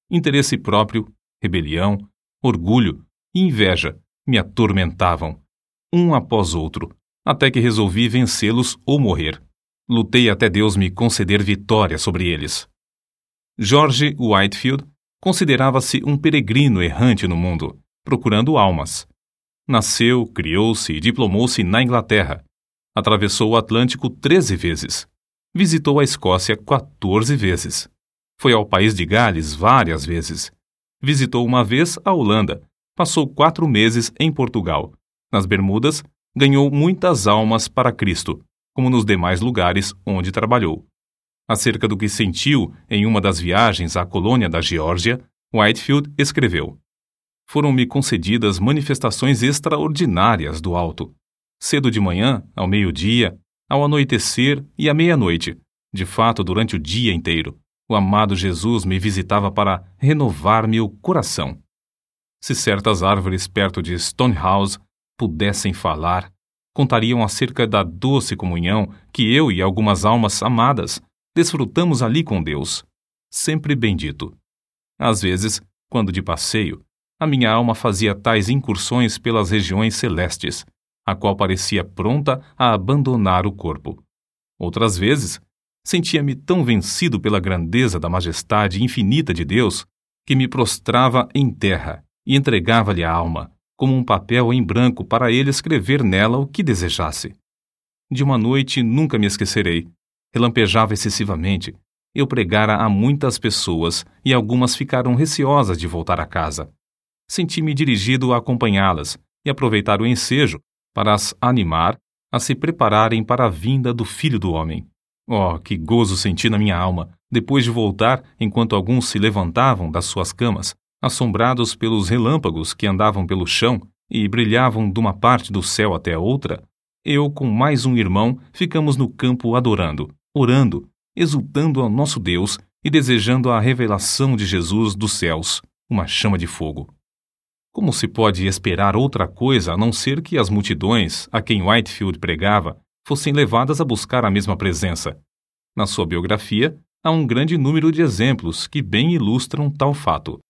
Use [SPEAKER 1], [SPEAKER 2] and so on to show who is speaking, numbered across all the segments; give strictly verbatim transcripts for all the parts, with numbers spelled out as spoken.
[SPEAKER 1] Interesse próprio, rebelião, orgulho e inveja me atormentavam, um após outro, até que resolvi vencê-los ou morrer. Lutei até Deus me conceder vitória sobre eles. George Whitefield considerava-se um peregrino errante no mundo, procurando almas. Nasceu, criou-se e diplomou-se na Inglaterra. Atravessou o Atlântico treze vezes. Visitou a Escócia quatorze vezes. Foi ao país de Gales várias vezes. Visitou uma vez a Holanda. Passou quatro meses em Portugal. Nas Bermudas, ganhou muitas almas para Cristo, como nos demais lugares onde trabalhou. Acerca do que sentiu em uma das viagens à colônia da Geórgia, Whitefield escreveu: Foram-me concedidas manifestações extraordinárias do alto. Cedo de manhã, ao meio-dia, ao anoitecer e à meia-noite, de fato durante o dia inteiro, o amado Jesus me visitava para renovar-me o coração. Se certas árvores perto de Stonehouse pudessem falar, contariam acerca da doce comunhão que eu e algumas almas amadas desfrutamos ali com Deus, sempre bendito. Às vezes, quando de passeio, a minha alma fazia tais incursões pelas regiões celestes, a qual parecia pronta a abandonar o corpo. Outras vezes, sentia-me tão vencido pela grandeza da majestade infinita de Deus que me prostrava em terra e entregava-lhe a alma, como um papel em branco para ele escrever nela o que desejasse. De uma noite nunca me esquecerei. Relampejava excessivamente. Eu pregara a muitas pessoas e algumas ficaram receosas de voltar a casa. Senti-me dirigido a acompanhá-las e aproveitar o ensejo para as animar a se prepararem para a vinda do Filho do Homem. Oh, que gozo senti na minha alma, depois de voltar enquanto alguns se levantavam das suas camas, assombrados pelos relâmpagos que andavam pelo chão e brilhavam de uma parte do céu até a outra. Eu, com mais um irmão, ficamos no campo adorando, orando, exultando ao nosso Deus e desejando a revelação de Jesus dos céus, uma chama de fogo. Como se pode esperar outra coisa a não ser que as multidões a quem Whitefield pregava fossem levadas a buscar a mesma presença? Na sua biografia, há um grande número de exemplos que bem ilustram tal fato.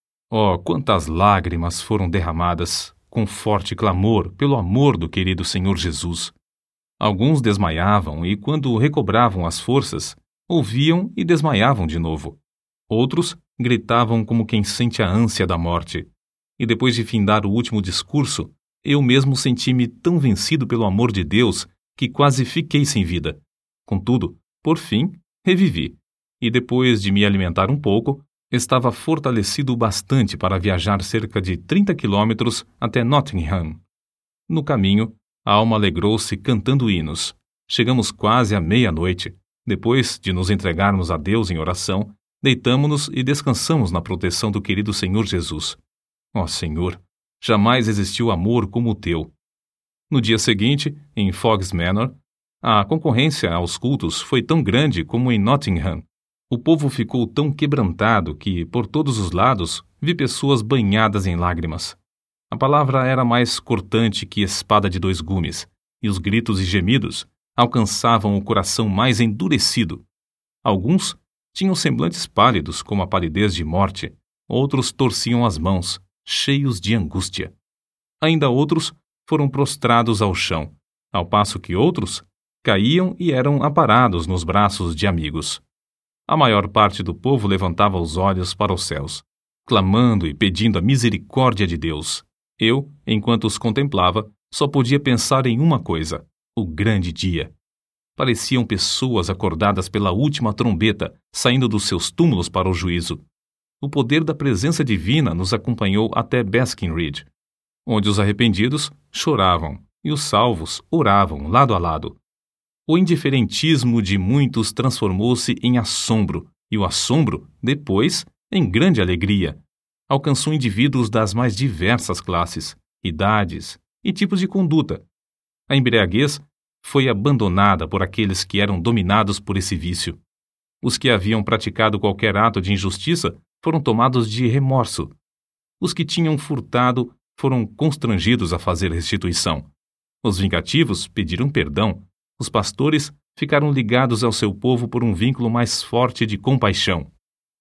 [SPEAKER 1] Oh, quantas lágrimas foram derramadas com forte clamor pelo amor do querido Senhor Jesus! Alguns desmaiavam e, quando recobravam as forças, ouviam e desmaiavam de novo. Outros gritavam como quem sente a ânsia da morte. E depois de findar o último discurso, eu mesmo senti-me tão vencido pelo amor de Deus que quase fiquei sem vida. Contudo, por fim, revivi. E depois de me alimentar um pouco, estava fortalecido bastante para viajar cerca de trinta quilômetros até Nottingham. No caminho, a alma alegrou-se cantando hinos. Chegamos quase à meia-noite. Depois de nos entregarmos a Deus em oração, deitamo-nos e descansamos na proteção do querido Senhor Jesus. Ó Senhor, jamais existiu amor como o teu. No dia seguinte, em Fog's Manor, a concorrência aos cultos foi tão grande como em Nottingham. O povo ficou tão quebrantado que, por todos os lados, vi pessoas banhadas em lágrimas. A palavra era mais cortante que espada de dois gumes, e os gritos e gemidos alcançavam o coração mais endurecido. Alguns tinham semblantes pálidos como a palidez de morte, outros torciam as mãos, cheios de angústia. Ainda outros foram prostrados ao chão, ao passo que outros caíam e eram aparados nos braços de amigos. A maior parte do povo levantava os olhos para os céus, clamando e pedindo a misericórdia de Deus. Eu, enquanto os contemplava, só podia pensar em uma coisa: o grande dia. Pareciam pessoas acordadas pela última trombeta, saindo dos seus túmulos para o juízo. O poder da presença divina nos acompanhou até Basking Ridge, onde os arrependidos choravam e os salvos oravam lado a lado. O indiferentismo de muitos transformou-se em assombro, e o assombro, depois, em grande alegria. Alcançou indivíduos das mais diversas classes, idades e tipos de conduta. A embriaguez foi abandonada por aqueles que eram dominados por esse vício. Os que haviam praticado qualquer ato de injustiça foram tomados de remorso. Os que tinham furtado foram constrangidos a fazer restituição. Os vingativos pediram perdão. Os pastores ficaram ligados ao seu povo por um vínculo mais forte de compaixão.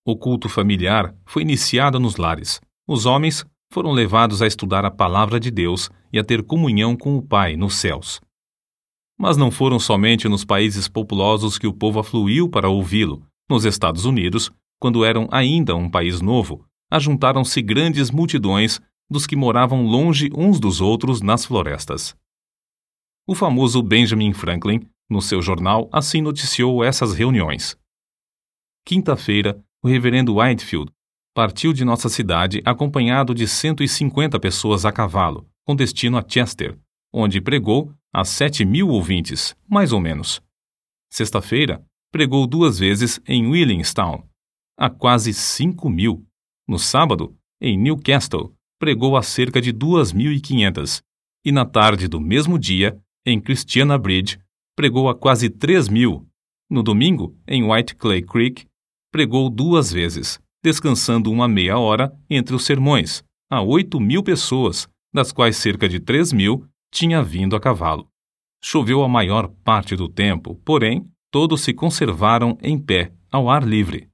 [SPEAKER 1] O culto familiar foi iniciado nos lares. Os homens foram levados a estudar a palavra de Deus e a ter comunhão com o Pai nos céus. Mas não foram somente nos países populosos que o povo afluiu para ouvi-lo. Nos Estados Unidos, quando eram ainda um país novo, ajuntaram-se grandes multidões dos que moravam longe uns dos outros nas florestas. O famoso Benjamin Franklin, no seu jornal, assim noticiou essas reuniões. Quinta-feira, o reverendo Whitefield partiu de nossa cidade acompanhado de cento e cinquenta pessoas a cavalo, com destino a Chester, onde pregou a sete mil ouvintes, mais ou menos. Sexta-feira, pregou duas vezes em Williamstown, a quase cinco mil. No sábado, em Newcastle, pregou a cerca de duas mil e quinhentas. E na tarde do mesmo dia, em Christiana Bridge, pregou a quase três mil. No domingo, em White Clay Creek, pregou duas vezes, descansando uma meia hora entre os sermões, a oito mil pessoas, das quais cerca de três mil tinha vindo a cavalo. Choveu a maior parte do tempo, porém, todos se conservaram em pé, ao ar livre.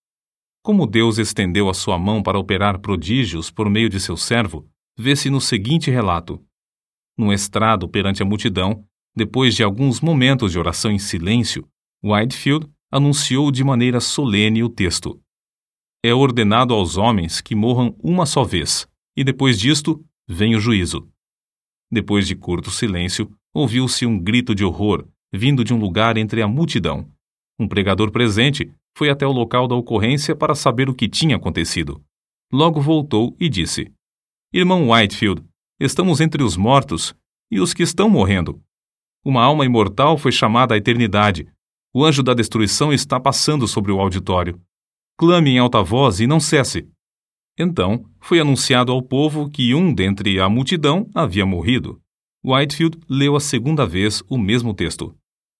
[SPEAKER 1] Como Deus estendeu a sua mão para operar prodígios por meio de seu servo, vê-se no seguinte relato. Num estrado perante a multidão, depois de alguns momentos de oração em silêncio, Whitefield anunciou de maneira solene o texto. É ordenado aos homens que morram uma só vez, e depois disto vem o juízo. Depois de curto silêncio, ouviu-se um grito de horror, vindo de um lugar entre a multidão. Um pregador presente foi até o local da ocorrência para saber o que tinha acontecido. Logo voltou e disse: Irmão Whitefield, estamos entre os mortos e os que estão morrendo. Uma alma imortal foi chamada à eternidade. O anjo da destruição está passando sobre o auditório. Clame em alta voz e não cesse. Então, foi anunciado ao povo que um dentre a multidão havia morrido. Whitefield leu a segunda vez o mesmo texto.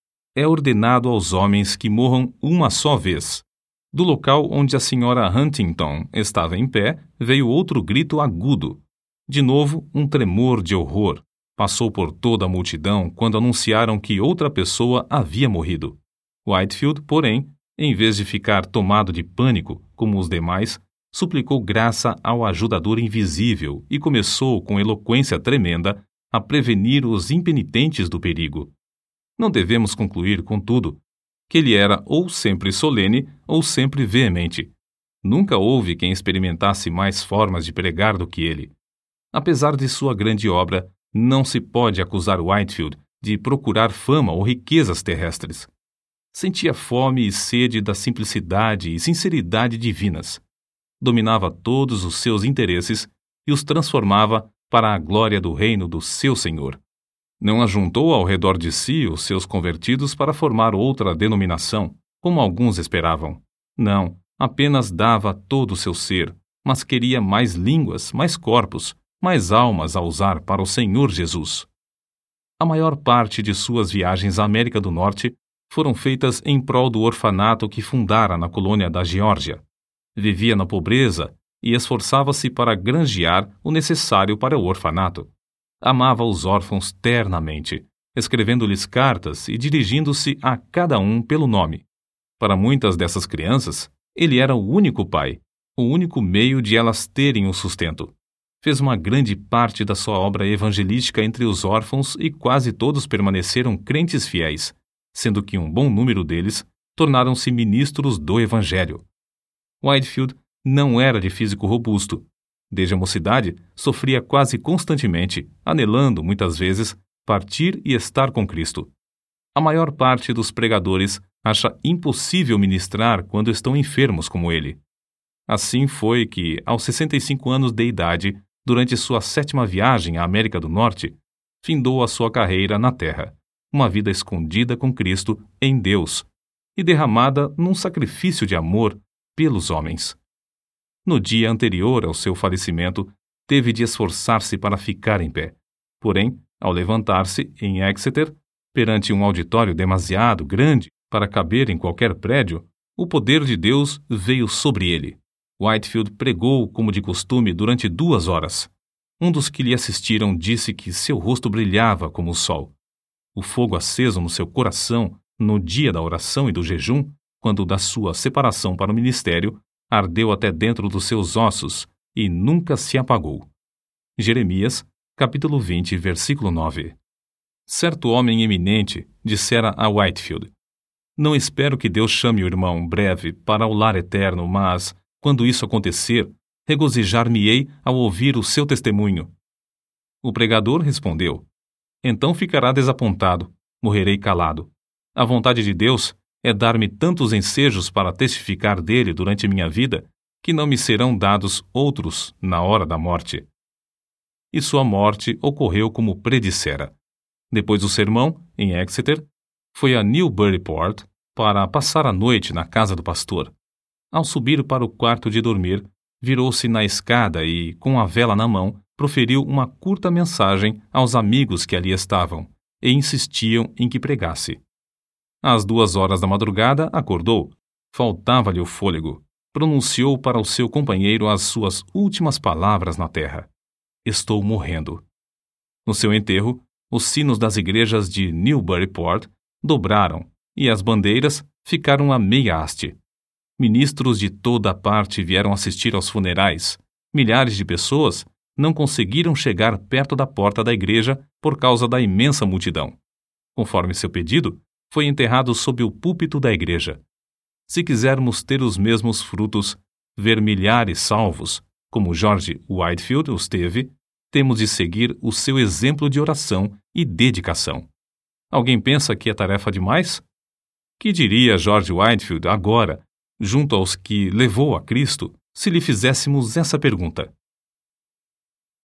[SPEAKER 1] É ordenado aos homens que morram uma só vez. Do local onde a senhora Huntington estava em pé, veio outro grito agudo. De novo, um tremor de horror. Passou por toda a multidão quando anunciaram que outra pessoa havia morrido. Whitefield, porém, em vez de ficar tomado de pânico, como os demais, suplicou graça ao ajudador invisível e começou, com eloquência tremenda, a prevenir os impenitentes do perigo. Não devemos concluir, contudo, que ele era ou sempre solene ou sempre veemente. Nunca houve quem experimentasse mais formas de pregar do que ele. Apesar de sua grande obra, não se pode acusar Whitefield de procurar fama ou riquezas terrestres. Sentia fome e sede da simplicidade e sinceridade divinas. Dominava todos os seus interesses e os transformava para a glória do reino do seu Senhor. Não ajuntou ao redor de si os seus convertidos para formar outra denominação, como alguns esperavam. Não, apenas dava todo o seu ser, mas queria mais línguas, mais corpos, mais almas a usar para o Senhor Jesus. A maior parte de suas viagens à América do Norte foram feitas em prol do orfanato que fundara na colônia da Geórgia. Vivia na pobreza e esforçava-se para granjear o necessário para o orfanato. Amava os órfãos ternamente, escrevendo-lhes cartas e dirigindo-se a cada um pelo nome. Para muitas dessas crianças, ele era o único pai, o único meio de elas terem o sustento. Fez uma grande parte da sua obra evangelística entre os órfãos e quase todos permaneceram crentes fiéis, sendo que um bom número deles tornaram-se ministros do Evangelho. Whitefield não era de físico robusto. Desde a mocidade, sofria quase constantemente, anelando, muitas vezes, partir e estar com Cristo. A maior parte dos pregadores acha impossível ministrar quando estão enfermos como ele. Assim foi que, aos sessenta e cinco anos de idade, durante sua sétima viagem à América do Norte, findou a sua carreira na terra, uma vida escondida com Cristo em Deus e derramada num sacrifício de amor pelos homens. No dia anterior ao seu falecimento, teve de esforçar-se para ficar em pé. Porém, ao levantar-se em Exeter, perante um auditório demasiado grande para caber em qualquer prédio, o poder de Deus veio sobre ele. Whitefield pregou como de costume durante duas horas. Um dos que lhe assistiram disse que seu rosto brilhava como o sol. O fogo aceso no seu coração, no dia da oração e do jejum, quando da sua separação para o ministério, ardeu até dentro dos seus ossos e nunca se apagou. Jeremias, capítulo vinte, versículo nove. Certo homem eminente dissera a Whitefield: não espero que Deus chame o irmão breve para o lar eterno, mas, quando isso acontecer, regozijar-me-ei ao ouvir o seu testemunho. O pregador respondeu: então ficará desapontado, morrerei calado. A vontade de Deus é dar-me tantos ensejos para testificar dele durante minha vida, que não me serão dados outros na hora da morte. E sua morte ocorreu como predissera. Depois do sermão, em Exeter, foi a Newburyport para passar a noite na casa do pastor. Ao subir para o quarto de dormir, virou-se na escada e, com a vela na mão, proferiu uma curta mensagem aos amigos que ali estavam e insistiam em que pregasse. Às duas horas da madrugada, acordou. Faltava-lhe o fôlego. Pronunciou para o seu companheiro as suas últimas palavras na terra: estou morrendo. No seu enterro, os sinos das igrejas de Newburyport dobraram e as bandeiras ficaram a meia haste. Ministros de toda a parte vieram assistir aos funerais. Milhares de pessoas não conseguiram chegar perto da porta da igreja por causa da imensa multidão. Conforme seu pedido, foi enterrado sob o púlpito da igreja. Se quisermos ter os mesmos frutos, ver milhares salvos, como George Whitefield os teve, temos de seguir o seu exemplo de oração e dedicação. Alguém pensa que é tarefa demais? Que diria George Whitefield agora, junto aos que levou a Cristo, se lhe fizéssemos essa pergunta?